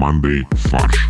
командой «Фарш».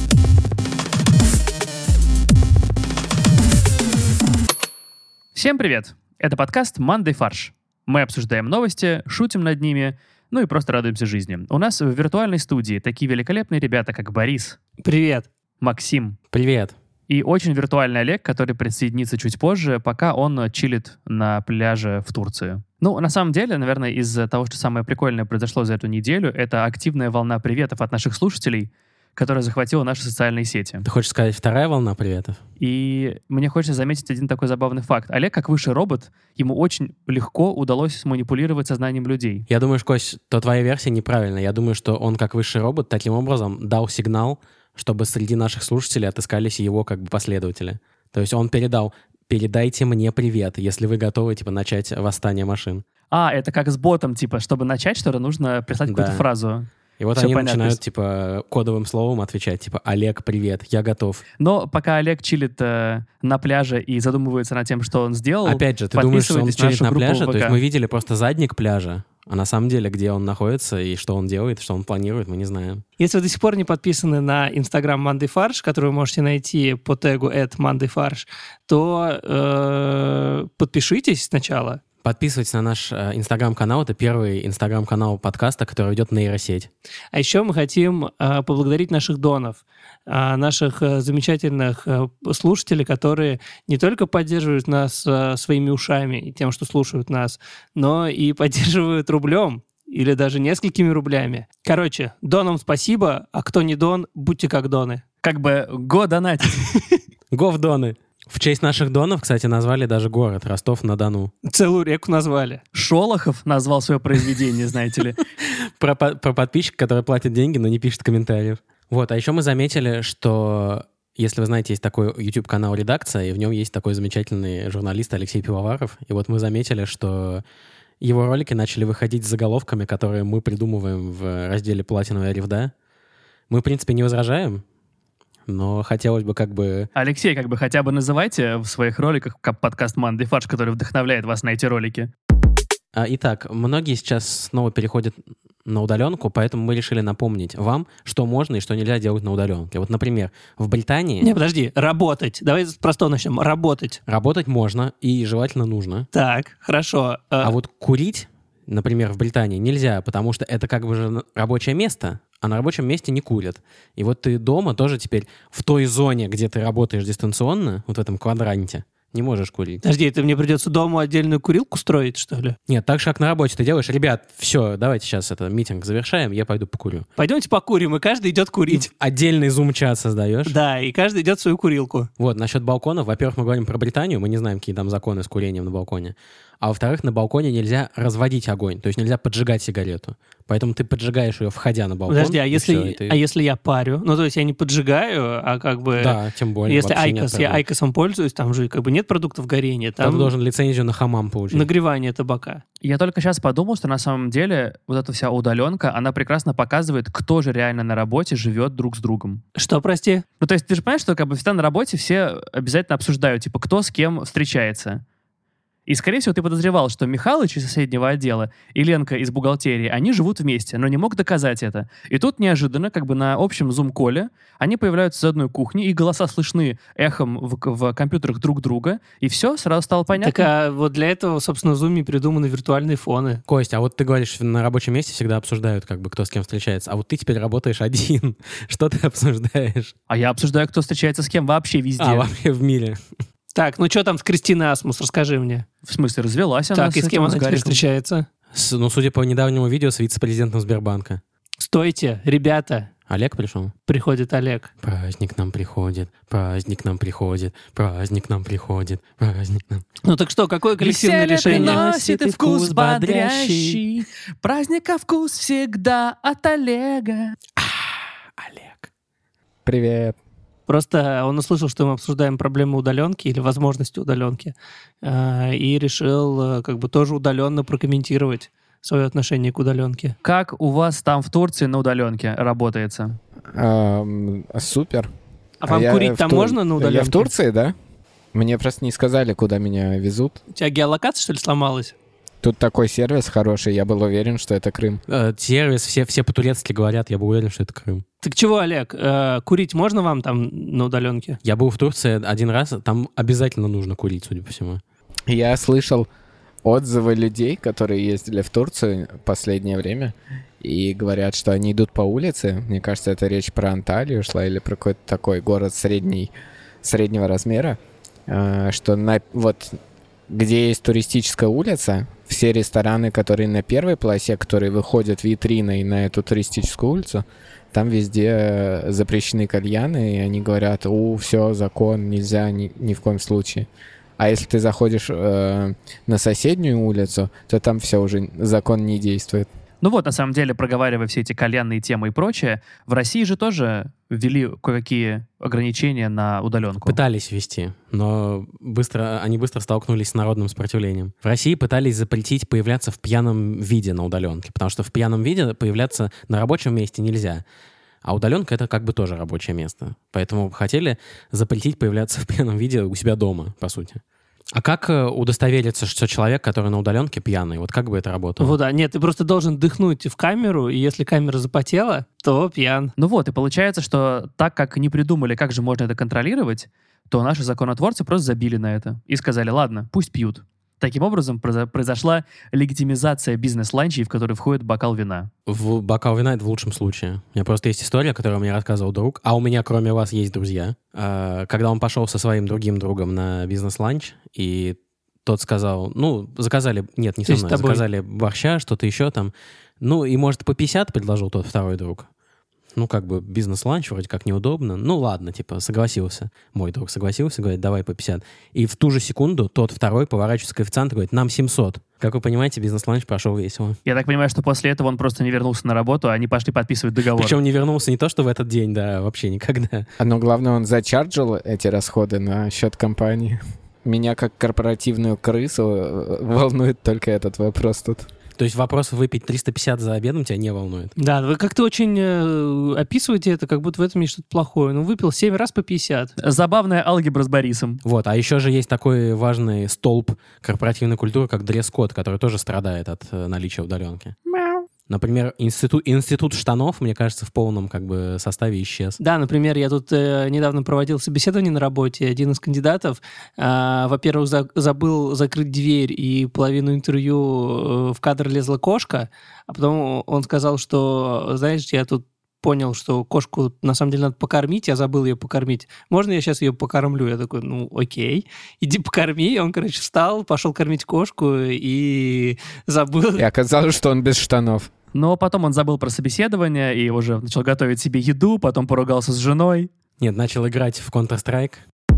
Всем привет! Это подкаст «Мандай фарш». Мы обсуждаем новости, шутим над ними, ну и просто радуемся жизни. У нас в виртуальной студии такие великолепные ребята, как Борис. Привет. Максим. Привет. И очень виртуальный Олег, который присоединится чуть позже, пока он чилит на пляже в Турции. Ну, на самом деле, наверное, из того, что самое прикольное произошло за эту неделю, это активная волна приветов от наших слушателей, которая захватила наши социальные сети. Ты хочешь сказать, вторая волна приветов? И мне хочется заметить один такой забавный факт. Олег, как высший робот, ему очень легко удалось сманипулировать сознанием людей. Я думаю, Кость, то твоя версия неправильная. Я думаю, что он, как высший робот, таким образом дал сигнал, чтобы среди наших слушателей отыскались его как бы последователи. То есть он передал: передайте мне привет, если вы готовы, начать восстание машин. Это как с ботом, чтобы начать что-то, нужно прислать какую-то фразу. И вот Всё они понятно. начинают, кодовым словом отвечать, Олег, привет, я готов. Но пока Олег чилит на пляже и задумывается над тем, что он сделал, Опять же, ты думаешь, что он подписывайтесь на чилит нашу на группу пляже? ВК. То есть мы видели просто задник пляжа, а на самом деле, где он находится и что он делает, что он планирует, мы не знаем. Если вы до сих пор не подписаны на Instagram Мандай Фарш, который вы можете найти по тегу @MandayFarsh, то подпишитесь сначала. Подписывайтесь на наш Инстаграм-канал. Это первый Инстаграм-канал подкаста, который ведет нейросеть. А еще мы хотим поблагодарить наших донов, наших замечательных слушателей, которые не только поддерживают нас своими ушами и тем, что слушают нас, но и поддерживают рублем или даже несколькими рублями. Короче, донам спасибо, а кто не дон, будьте как доны. Го донатить. Го в доны. В честь наших донов, кстати, назвали даже город Ростов-на-Дону. Целую реку назвали. Шолохов назвал свое произведение, знаете ли. Про подписчика, который платит деньги, но не пишет комментариев. А еще мы заметили, что, если вы знаете, есть такой YouTube-канал «Редакция», и в нем есть такой замечательный журналист Алексей Пивоваров. И вот мы заметили, что его ролики начали выходить с заголовками, которые мы придумываем в разделе «Платиновая ревда». Мы, в принципе, не возражаем, но хотелось бы Алексей, хотя бы называйте в своих роликах подкаст «Мандай фарш», который вдохновляет вас на эти ролики. Итак, многие сейчас снова переходят на удаленку, поэтому мы решили напомнить вам, что можно и что нельзя делать на удаленке. Вот, например, в Британии... Не, подожди, работать. Давай с простого начнем. Работать. Работать можно и желательно нужно. Так, хорошо. А вот курить, например, в Британии нельзя, потому что это же рабочее место, а на рабочем месте не курят. И вот ты дома тоже теперь в той зоне, где ты работаешь дистанционно, вот в этом квадранте, не можешь курить. Подожди, это мне придется дома отдельную курилку строить, что ли? Нет, так же, как на работе ты делаешь: ребят, все, давайте сейчас митинг завершаем, я пойду покурю. Пойдемте покурим, и каждый идет курить. И отдельный зум-чат создаешь. Да, и каждый идет в свою курилку. Вот, насчет балконов. Во-первых, мы говорим про Британию, мы не знаем, какие там законы с курением на балконе. А во-вторых, на балконе нельзя разводить огонь, то есть нельзя поджигать сигарету. Поэтому ты поджигаешь ее, входя на балкон. Подожди, а если я парю? Ну, то есть я не поджигаю, а Да, тем более. Если я айкосом пользуюсь, там же нет продуктов горения. Там ты должен лицензию на хамам получить. Нагревание табака. Я только сейчас подумал, что на самом деле вот эта вся удаленка, она прекрасно показывает, кто же реально на работе живет друг с другом. Что, прости? Ну, то есть ты же понимаешь, что всегда на работе все обязательно обсуждают, кто с кем встречается. И, скорее всего, ты подозревал, что Михалыч из соседнего отдела и Ленка из бухгалтерии, они живут вместе, но не мог доказать это. И тут неожиданно, на общем зум-коле, они появляются за одной кухней, и голоса слышны эхом в компьютерах друг друга, и все, сразу стало понятно. Так, а вот для этого, собственно, в Zoom придуманы виртуальные фоны. Кость, а вот ты говоришь, на рабочем месте всегда обсуждают, кто с кем встречается, а вот ты теперь работаешь один. Что ты обсуждаешь? А я обсуждаю, кто встречается с кем вообще везде. Вообще в мире. Так, ну что там с Кристиной Асмус, расскажи мне. В смысле, развелась она Так, и с кем она теперь встречается? Судя по недавнему видео, с вице-президентом Сбербанка. Стойте, ребята. Олег пришел? Приходит Олег. Праздник нам приходит, праздник нам приходит, праздник нам приходит, праздник нам... Ну так что, какое коллективное Веселье решение? приносит и вкус бодрящий. Праздника вкус всегда от Олега. Олег. Привет. Просто он услышал, что мы обсуждаем проблемы удаленки или возможности удаленки, и решил тоже удаленно прокомментировать свое отношение к удаленке. Как у вас там в Турции на удаленке работается? Супер. А вам курить там можно на удаленке? Я в Турции, да? Мне просто не сказали, куда меня везут. У тебя геолокация, что ли, сломалась? Тут такой сервис хороший, я был уверен, что это Крым. Сервис, все по-турецки говорят, я был уверен, что это Крым. Так чего, Олег, курить можно вам там на удаленке? Я был в Турции один раз, там обязательно нужно курить, судя по всему. Я слышал отзывы людей, которые ездили в Турцию в последнее время, и говорят, что они идут по улице. Мне кажется, это речь про Анталию шла или про какой-то такой город среднего размера, что вот где есть туристическая улица, все рестораны, которые на первой полосе, которые выходят витриной на эту туристическую улицу, там везде запрещены кальяны, и они говорят: все, закон, нельзя ни в коем случае. А если ты заходишь на соседнюю улицу, то там все уже, закон не действует. Ну вот, на самом деле, проговаривая все эти кальянные темы и прочее, в России же тоже ввели кое-какие ограничения на удаленку. Пытались ввести, но они быстро столкнулись с народным сопротивлением. В России пытались запретить появляться в пьяном виде на удаленке, потому что в пьяном виде появляться на рабочем месте нельзя. А удаленка — это как бы тоже рабочее место. Поэтому хотели запретить появляться в пьяном виде у себя дома, по сути. А как удостовериться, что человек, который на удаленке, пьяный? Вот как бы это работало? Вот, да, нет, ты просто должен дыхнуть в камеру, и если камера запотела, то пьян. Ну вот, и получается, что так как не придумали, как же можно это контролировать, то наши законотворцы просто забили на это и сказали: ладно, пусть пьют. Таким образом, произошла легитимизация бизнес-ланчей, в который входит бокал вина. Бокал вина — это в лучшем случае. У меня просто есть история, которую мне рассказывал друг, а у меня, кроме вас, есть друзья. Когда он пошел со своим другим другом на бизнес-ланч, и тот сказал: заказали, нет, не со мной, заказали борща, что-то еще там. И, может, по 50 предложил тот второй друг. Бизнес-ланч вроде как неудобно. Ладно, согласился. Мой друг согласился, говорит: давай по 50. И в ту же секунду тот второй поворачивается к официанту и говорит: нам 700. Как вы понимаете, бизнес-ланч прошел весело. Я так понимаю, что после этого он просто не вернулся на работу, а они пошли подписывать договор. Причем не вернулся не то, что в этот день, да, вообще никогда. Но главное, он зачарджил эти расходы на счет компании. Меня, как корпоративную крысу, волнует только этот вопрос тут. То есть вопрос выпить 350 за обедом тебя не волнует? Да, вы как-то очень описываете это, как будто в этом есть что-то плохое. Выпил 7 раз по 50. Забавная алгебра с Борисом. Вот, а еще же есть такой важный столб корпоративной культуры, как дресс-код, который тоже страдает от наличия удаленки. Например, институт штанов, мне кажется, в полном составе исчез. Да, например, я тут недавно проводил собеседование на работе. Один из кандидатов, во-первых, забыл закрыть дверь, и половину интервью в кадр лезла кошка, а потом он сказал, что, знаешь, я тут понял, что кошку на самом деле надо покормить, я забыл ее покормить. Можно я сейчас ее покормлю? Я такой: окей, иди покорми. И он, встал, пошел кормить кошку и забыл. И оказалось, что он без штанов. Но потом он забыл про собеседование и уже начал готовить себе еду, потом поругался с женой. Нет, начал играть в Counter-Strike.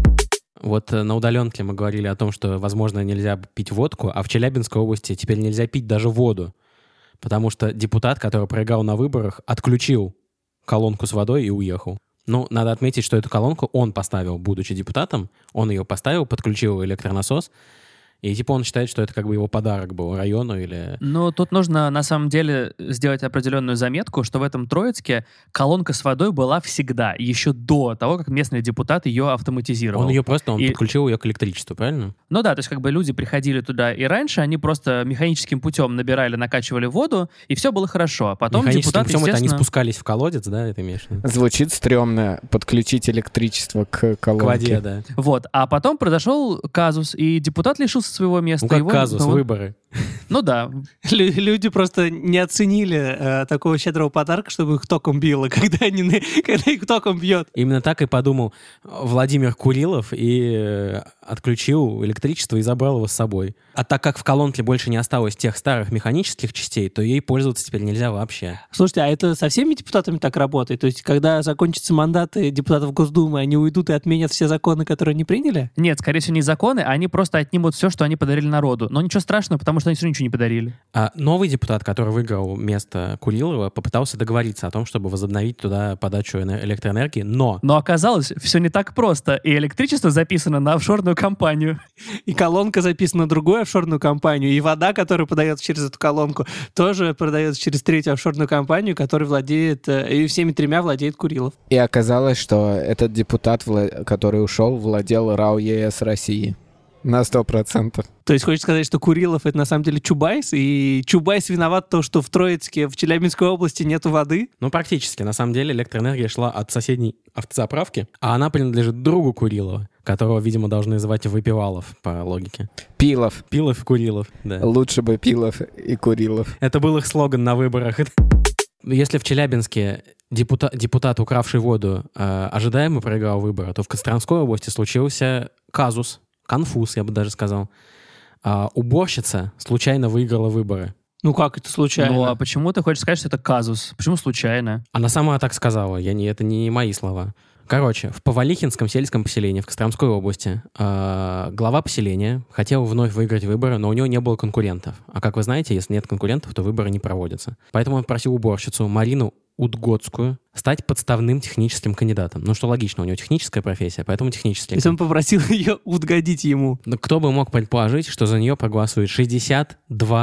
Вот на удаленке мы говорили о том, что, возможно, нельзя пить водку, а в Челябинской области теперь нельзя пить даже воду, потому что депутат, который проиграл на выборах, отключил колонку с водой и уехал. Надо отметить, что эту колонку он поставил, будучи депутатом. Он ее поставил, подключил электронасос. И он считает, что это его подарок был району или... Тут нужно, на самом деле, сделать определенную заметку, что в этом Троицке колонка с водой была всегда, еще до того, как местный депутат ее автоматизировал. Он подключил ее к электричеству, правильно? То есть люди приходили туда и раньше, они просто механическим путем набирали, накачивали воду, и все было хорошо. А потом депутат, путем естественно... это они спускались в колодец, да, это имеешь в виду? Звучит стрёмно, подключить электричество к колонке. К воде, да. Вот, а потом произошел казус, и депутат лишился своего места. Казус, выборы. Да. Люди просто не оценили такого щедрого подарка, чтобы их током било, когда их током бьет. Именно так и подумал Владимир Курилов и отключил электричество и забрал его с собой. А так как в колонке больше не осталось тех старых механических частей, то ей пользоваться теперь нельзя вообще. Слушайте, а это со всеми депутатами так работает? То есть, когда закончатся мандаты депутатов Госдумы, они уйдут и отменят все законы, которые они приняли? Нет, скорее всего, не законы, они просто отнимут все, что они подарили народу. Но ничего страшного, потому что они все равно ничего не подарили. А новый депутат, который выиграл место Курилова, попытался договориться о том, чтобы возобновить туда подачу электроэнергии, но... Но оказалось, все не так просто, и электричество записано на офшорную компанию. И колонка записана на другую офшорную компанию, и вода, которая подается через эту колонку, тоже продается через третью офшорную компанию, которая владеет, и всеми тремя владеет Курилов. И оказалось, что этот депутат, который ушел, владел РАО ЕС России. На 100%. То есть хочешь сказать, что Курилов — это на самом деле Чубайс, и Чубайс виноват в том, что в Троицке, в Челябинской области нету воды? Ну, практически. На самом деле электроэнергия шла от соседней автозаправки, а она принадлежит другу Курилова, которого, видимо, должны звать Выпивалов, по логике. Пилов. Пилов и Курилов, да. Лучше бы Пилов и Курилов. Это был их слоган на выборах. Если в Челябинске депутат, укравший воду, ожидаемо проиграл выборы, то в Костромской области случился казус, конфуз, я бы даже сказал. Уборщица случайно выиграла выборы. Ну как это случайно? Ну а почему ты хочешь сказать, что это казус? Почему случайно? Она сама так сказала, это не мои слова. Короче, в Повалихинском сельском поселении в Костромской области глава поселения хотел вновь выиграть выборы, но у него не было конкурентов. А как вы знаете, если нет конкурентов, то выборы не проводятся. Поэтому он просил уборщицу Марину Удгодскую стать подставным техническим кандидатом. Ну, что логично, у него техническая профессия, поэтому технический. То есть он попросил ее угодить ему. Но кто бы мог предположить, что за нее проголосует 62%.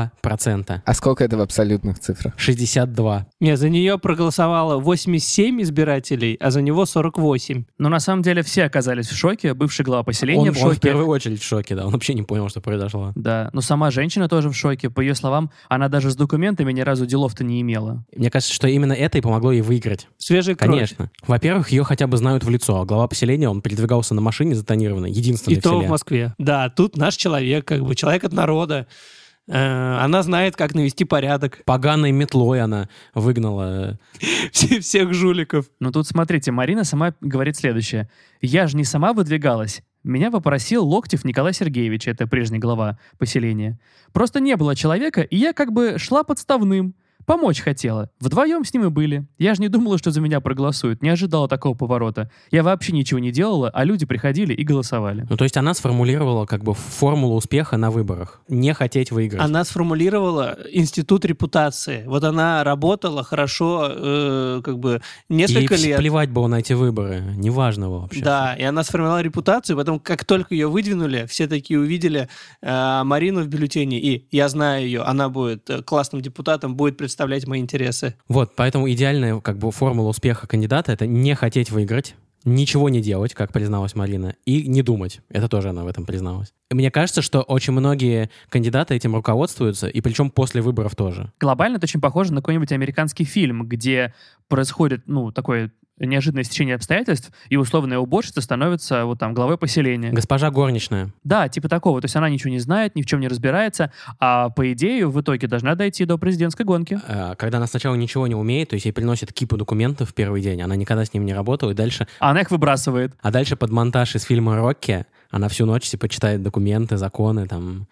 А сколько это в абсолютных цифрах? 62. Нет, за нее проголосовало 87 избирателей, а за него 48. Но на самом деле все оказались в шоке. Бывший глава поселения Он в в шоке. первую очередь в шоке, да. Он вообще не понял, что произошло. Да, но сама женщина тоже в шоке. По ее словам, она даже с документами ни разу делов-то не имела. Мне кажется, что именно это и помогло ей выиграть. Свежая кровь. Конечно. Во-первых, ее хотя бы знают в лицо, а глава поселения, он передвигался на машине затонированной, единственный И в то селе. в Москве. Да, тут наш человек, человек от народа. Она знает, как навести порядок. Поганой метлой она выгнала. Всех жуликов. Но тут, смотрите, Марина сама говорит следующее. «Я же не сама выдвигалась. Меня попросил Локтев Николай Сергеевич, это прежний глава поселения. Просто не было человека, и я как бы шла подставным. Помочь хотела. Вдвоем с ним и были. Я же не думала, что за меня проголосуют. Не ожидала такого поворота. Я вообще ничего не делала, а люди приходили и голосовали». Ну, то есть она сформулировала как бы формулу успеха на выборах. Не хотеть выиграть. Она сформулировала институт репутации. Вот она работала хорошо, несколько Ей лет. плевать было на эти выборы. Неважно вообще. Да, и она сформировала репутацию, потом, как только ее выдвинули, все такие увидели Марину в бюллетене, и я знаю ее, она будет классным депутатом, будет представлять мои интересы. Вот, поэтому идеальная как бы формула успеха кандидата — это не хотеть выиграть, ничего не делать, как призналась Марина, и не думать. Это тоже она в этом призналась. И мне кажется, что очень многие кандидаты этим руководствуются, и причем после выборов тоже. Глобально это очень похоже на какой-нибудь американский фильм, где происходит, такое неожиданное стечение обстоятельств, и условная уборщица становится главой поселения. Госпожа горничная. Да, типа такого. То есть она ничего не знает, ни в чем не разбирается, а по идее в итоге должна дойти до президентской гонки. Когда она сначала ничего не умеет, то есть ей приносят кипу документов в первый день, она никогда с ним не работала, и дальше... А она их выбрасывает. А дальше под монтаж из фильма «Рокки» она всю ночь читает документы, законы,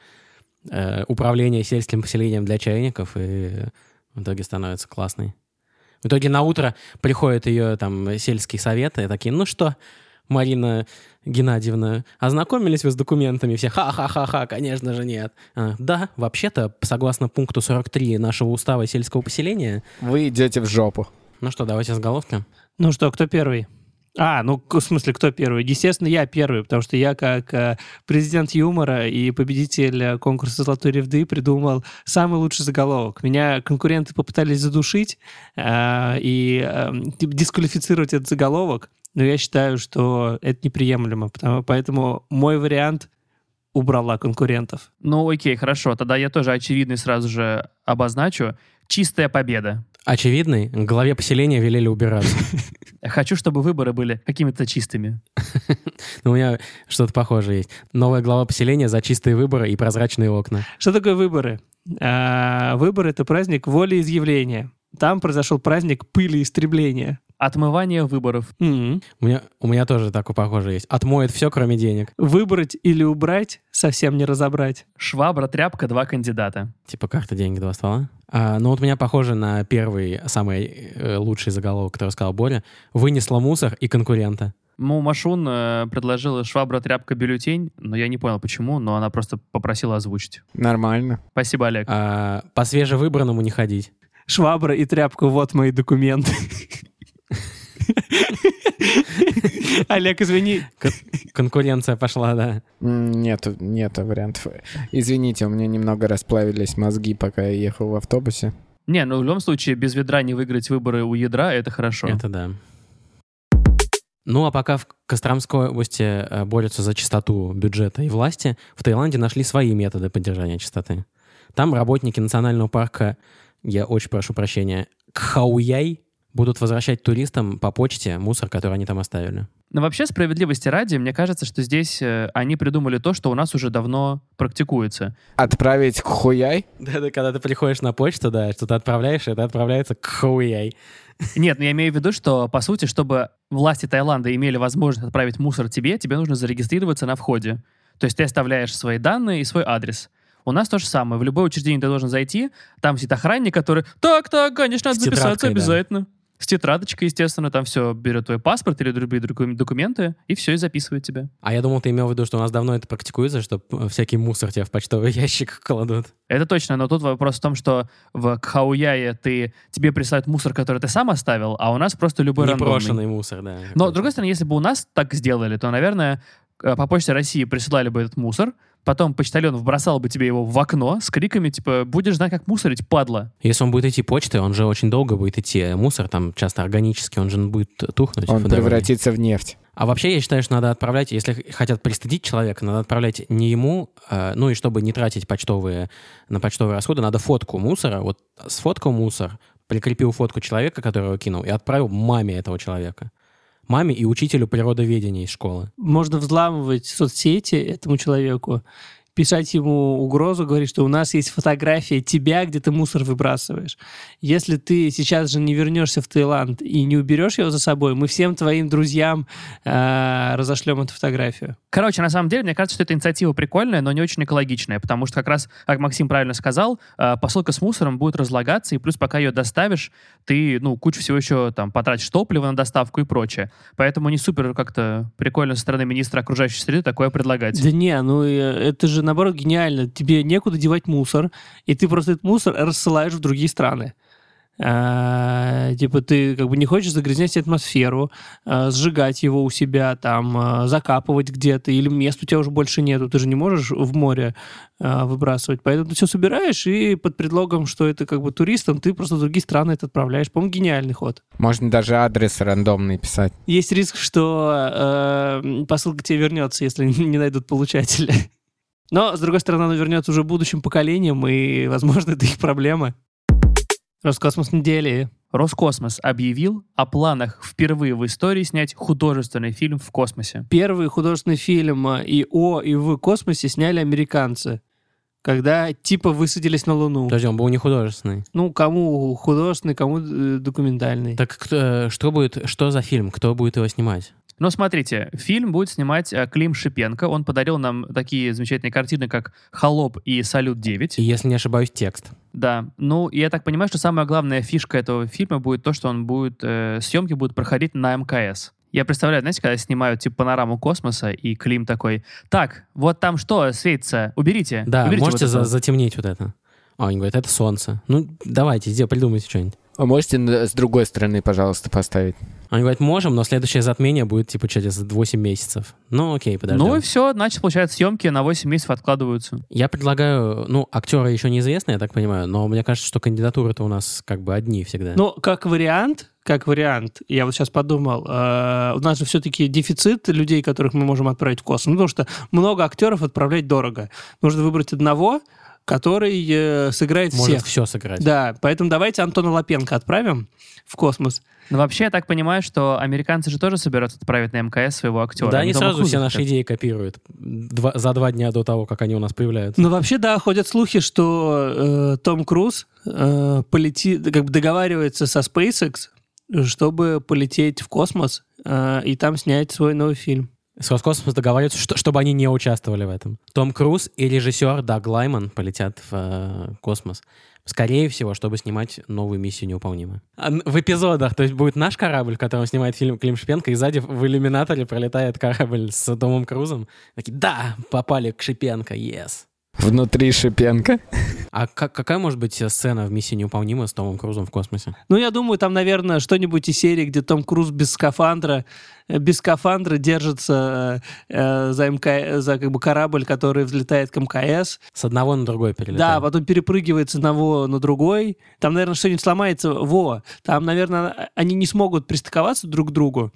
управление сельским поселением для чайников, и в итоге становится классной. В итоге на утро приходит ее сельский совет, и такие: ну что, Марина Геннадьевна, ознакомились вы с документами? Все: ха-ха-ха-ха, конечно же нет. Да, вообще-то, согласно пункту 43 нашего устава сельского поселения... Вы идете в жопу. Ну что, давайте заголовки. Ну что, кто первый? В смысле, кто первый? Естественно, я первый, потому что я, как президент юмора и победитель конкурса «Золотой ревды», придумал самый лучший заголовок. Меня конкуренты попытались задушить и дисквалифицировать этот заголовок, но я считаю, что это неприемлемо, поэтому мой вариант — убрала конкурентов. Ну, окей, хорошо. Тогда я тоже очевидный сразу же обозначу. Чистая победа. Очевидный, главе поселения велели убираться. Хочу, чтобы выборы были какими-то чистыми. У меня что-то похожее есть. Новая глава поселения за чистые выборы и прозрачные окна. Что такое выборы? Выборы — это праздник волеизъявления. Там произошел праздник пылеистребления. Отмывание выборов. Mm-hmm. У меня тоже такое похожее есть. Отмоет все, кроме денег. Выбрать или убрать — совсем не разобрать. Швабра, тряпка, 2 кандидата. Типа карта, деньги, 2 ствола. Ну вот у меня похоже на первый, самый лучший заголовок, который сказал Боря. Вынесла мусор и конкурента. Машун предложила швабра, тряпка, бюллетень, но я не понял, почему, но она просто попросила озвучить. Нормально. Спасибо, Олег. По свежевыбранному не ходить. Швабра и тряпка — вот мои документы. Олег, извини. Конкуренция пошла, да. Нету вариантов. Извините, у меня немного расплавились мозги, пока я ехал в автобусе. Не, в любом случае, без ведра не выиграть выборы у ядра — это хорошо. Это да. Ну, а пока в Костромской области борются за чистоту бюджета и власти, в Таиланде нашли свои методы поддержания чистоты. Там работники национального парка, я очень прошу прощения, Кхауяй, будут возвращать туристам по почте мусор, который они там оставили. Но вообще, справедливости ради, мне кажется, что здесь они придумали то, что у нас уже давно практикуется. Отправить Кхуяй? Да, когда ты приходишь на почту, да, что ты отправляешь, это отправляется Кхауяй. Нет, но я имею в виду, что, по сути, чтобы власти Таиланда имели возможность отправить мусор тебе нужно зарегистрироваться на входе. То есть ты оставляешь свои данные и свой адрес. У нас то же самое. В любое учреждение ты должен зайти, там сидит охранник, который «Так, конечно, надо записаться обязательно». Да. С тетрадочкой, естественно, там все берет твой паспорт или другие документы, и все, и записывает тебя. А я думал, ты имел в виду, что у нас давно это практикуется, что всякий мусор тебе в почтовый ящик кладут. Это точно, но тут вопрос в том, что в Кхауяе тебе присылают мусор, который ты сам оставил, а у нас просто любой рандомный. Непрошенный мусор, да. Но, с другой стороны, если бы у нас так сделали, то, наверное, по почте России присылали бы этот мусор, потом почтальон вбросал бы тебе его в окно с криками, типа, будешь знать, как мусорить, падла. Если он будет идти почтой, он же очень долго будет идти. Мусор там часто органический, он же будет тухнуть. Он превратится в нефть. А вообще, я считаю, что надо отправлять, если хотят пристыдить человека, надо отправлять не ему, ну и чтобы не тратить на почтовые расходы, надо фотку мусора, вот сфоткал мусор, прикрепил фотку человека, который его кинул, и отправил маме этого человека. Маме и учителю природоведения из школы. Можно взламывать соцсети этому человеку, писать ему угрозу, говорить, что у нас есть фотография тебя, где ты мусор выбрасываешь. Если ты сейчас же не вернешься в Таиланд и не уберешь его за собой, мы всем твоим друзьям разошлем эту фотографию. Короче, на самом деле, мне кажется, что эта инициатива прикольная, но не очень экологичная, потому что как раз, как Максим правильно сказал, посылка с мусором будет разлагаться, и плюс пока ее доставишь, ты, кучу всего еще там потратишь топлива на доставку и прочее. Поэтому не супер как-то прикольно со стороны министра окружающей среды такое предлагать. Да не, это же наоборот гениально. Тебе некуда девать мусор, и ты просто этот мусор рассылаешь в другие страны. Типа ты как бы не хочешь загрязнять атмосферу, сжигать его у себя, там, закапывать где-то, или мест у тебя уже больше нету, ты же не можешь в море выбрасывать. Поэтому ты все собираешь, и под предлогом, что это как бы туристам, ты просто в другие страны это отправляешь. По-моему, гениальный ход. Можно даже адрес рандомный писать. Есть риск, что посылка тебе вернется, если не найдут получателя. Но, с другой стороны, она вернется уже будущим поколениям, и, возможно, это их проблема. Роскосмос недели. Роскосмос объявил о планах впервые в истории снять художественный фильм в космосе. Первый художественный фильм и в космосе сняли американцы, когда типа высадились на Луну. Подожди, он был не художественный. Кому художественный, кому документальный. Так что за фильм? Кто будет его снимать? Но смотрите, фильм будет снимать Клим Шипенко. Он подарил нам такие замечательные картины, как «Холоп» и «Салют-9». И, если не ошибаюсь, текст. Да. Я так понимаю, что самая главная фишка этого фильма будет то, что съемки будут проходить на МКС. Я представляю, знаете, когда снимают типа панораму космоса, и Клим такой: «Так, вот там что светится? Уберите». Да, уберите можете вот затемнить вот это. А они говорят, это солнце. Давайте, придумайте что-нибудь. А можете с другой стороны, пожалуйста, поставить? Они говорят, можем, но следующее затмение будет, через 8 месяцев. Окей, подождем. И все, значит, получается, съемки на 8 месяцев откладываются. Я предлагаю, актеры еще неизвестны, я так понимаю, но мне кажется, что кандидатуры-то у нас как бы одни всегда. Как вариант, я вот сейчас подумал, у нас же все-таки дефицит людей, которых мы можем отправить в космос, потому что много актеров отправлять дорого. Нужно выбрать одного, который сыграет всех. Может все сыграть. Да, поэтому давайте Антона Лапенко отправим в космос. Но вообще, я так понимаю, что американцы же тоже собираются отправить на МКС своего актера. Да, они сразу все наши идеи копируют за 2 дня до того, как они у нас появляются. Вообще, да, ходят слухи, что Том Круз полетит, как бы договаривается со SpaceX, чтобы полететь в космос и там снять свой новый фильм. С Роскосмосом договариваются, чтобы они не участвовали в этом. Том Круз и режиссер Даг Лайман полетят в космос. Скорее всего, чтобы снимать новую «Миссию невыполнимую». В эпизодах, то есть будет наш корабль, в котором снимает фильм Клим Шипенко, и сзади в иллюминаторе пролетает корабль с Томом Крузом. Такие, да, попали к Шипенко, yes. Внутри Шипенко. А какая может быть сцена в «Миссии невыполнимой» с Томом Крузом в космосе? Я думаю, там, наверное, что-нибудь из серии, где Том Круз без скафандра держится за как бы корабль, который взлетает к МКС. С одного на другой перелетает. Да, потом перепрыгивает с одного на другой. Там, наверное, что-нибудь сломается. Там, наверное, они не смогут пристыковаться друг к другу.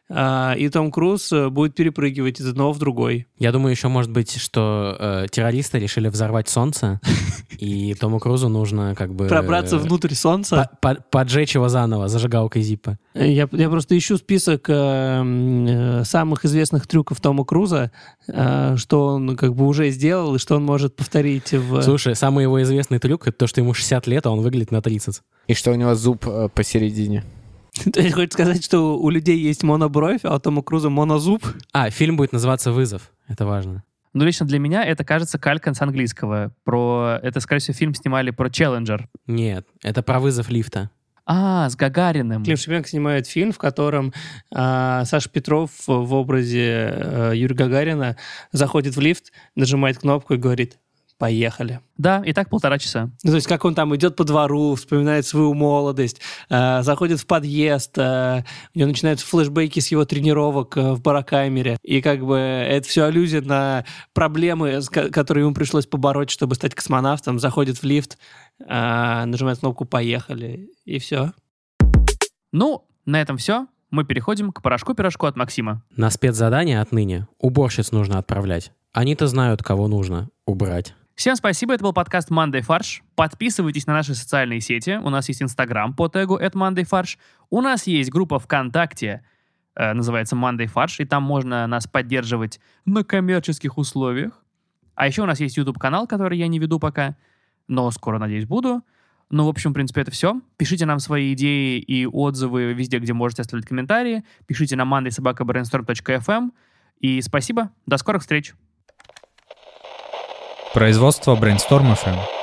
и Том Круз будет перепрыгивать из одного в другой. Я думаю, еще может быть, что террористы решили взорвать солнце, и Тому Крузу нужно как бы... Пробраться внутрь солнца. Поджечь его заново зажигалкой Зиппо. Я просто ищу список самых известных трюков Тома Круза, что он как бы уже сделал и что он может повторить в... Слушай, самый его известный трюк — это то, что ему 60 лет, а он выглядит на 30. И что у него зуб посередине. То есть хочешь сказать, что у людей есть монобровь, а у Тома Круза монозуб? Фильм будет называться «Вызов». Это важно. Ну, лично для меня это, кажется, калька с английского. Это, скорее всего, фильм снимали про Челленджер. Нет, это про вызов лифта. С Гагариным. Клим Шипенко снимает фильм, в котором Саша Петров в образе Юрия Гагарина заходит в лифт, нажимает кнопку и говорит: «Поехали». Да, и так 1,5 часа. Ну, то есть как он там идет по двору, вспоминает свою молодость, заходит в подъезд, у него начинаются флешбеки с его тренировок в барокамере, и как бы это все аллюзия на проблемы, которые ему пришлось побороть, чтобы стать космонавтом, заходит в лифт, нажимает кнопку «Поехали», и все. Ну, на этом все. Мы переходим к порошку-пирожку от Максима. На спецзадание отныне уборщиц нужно отправлять. Они-то знают, кого нужно убрать. Всем спасибо, это был подкаст Monday Farsh. Подписывайтесь на наши социальные сети. У нас есть Инстаграм по тегу @MondayFarsh. У нас есть группа ВКонтакте, называется Monday Farsh, и там можно нас поддерживать на коммерческих условиях. А еще у нас есть YouTube-канал, который я не веду пока, но скоро, надеюсь, буду. Ну, в общем, в принципе, это все. Пишите нам свои идеи и отзывы везде, где можете оставлять комментарии. Пишите на monday@brainstorm.fm. И спасибо. До скорых встреч. Производство Brainstorm FM.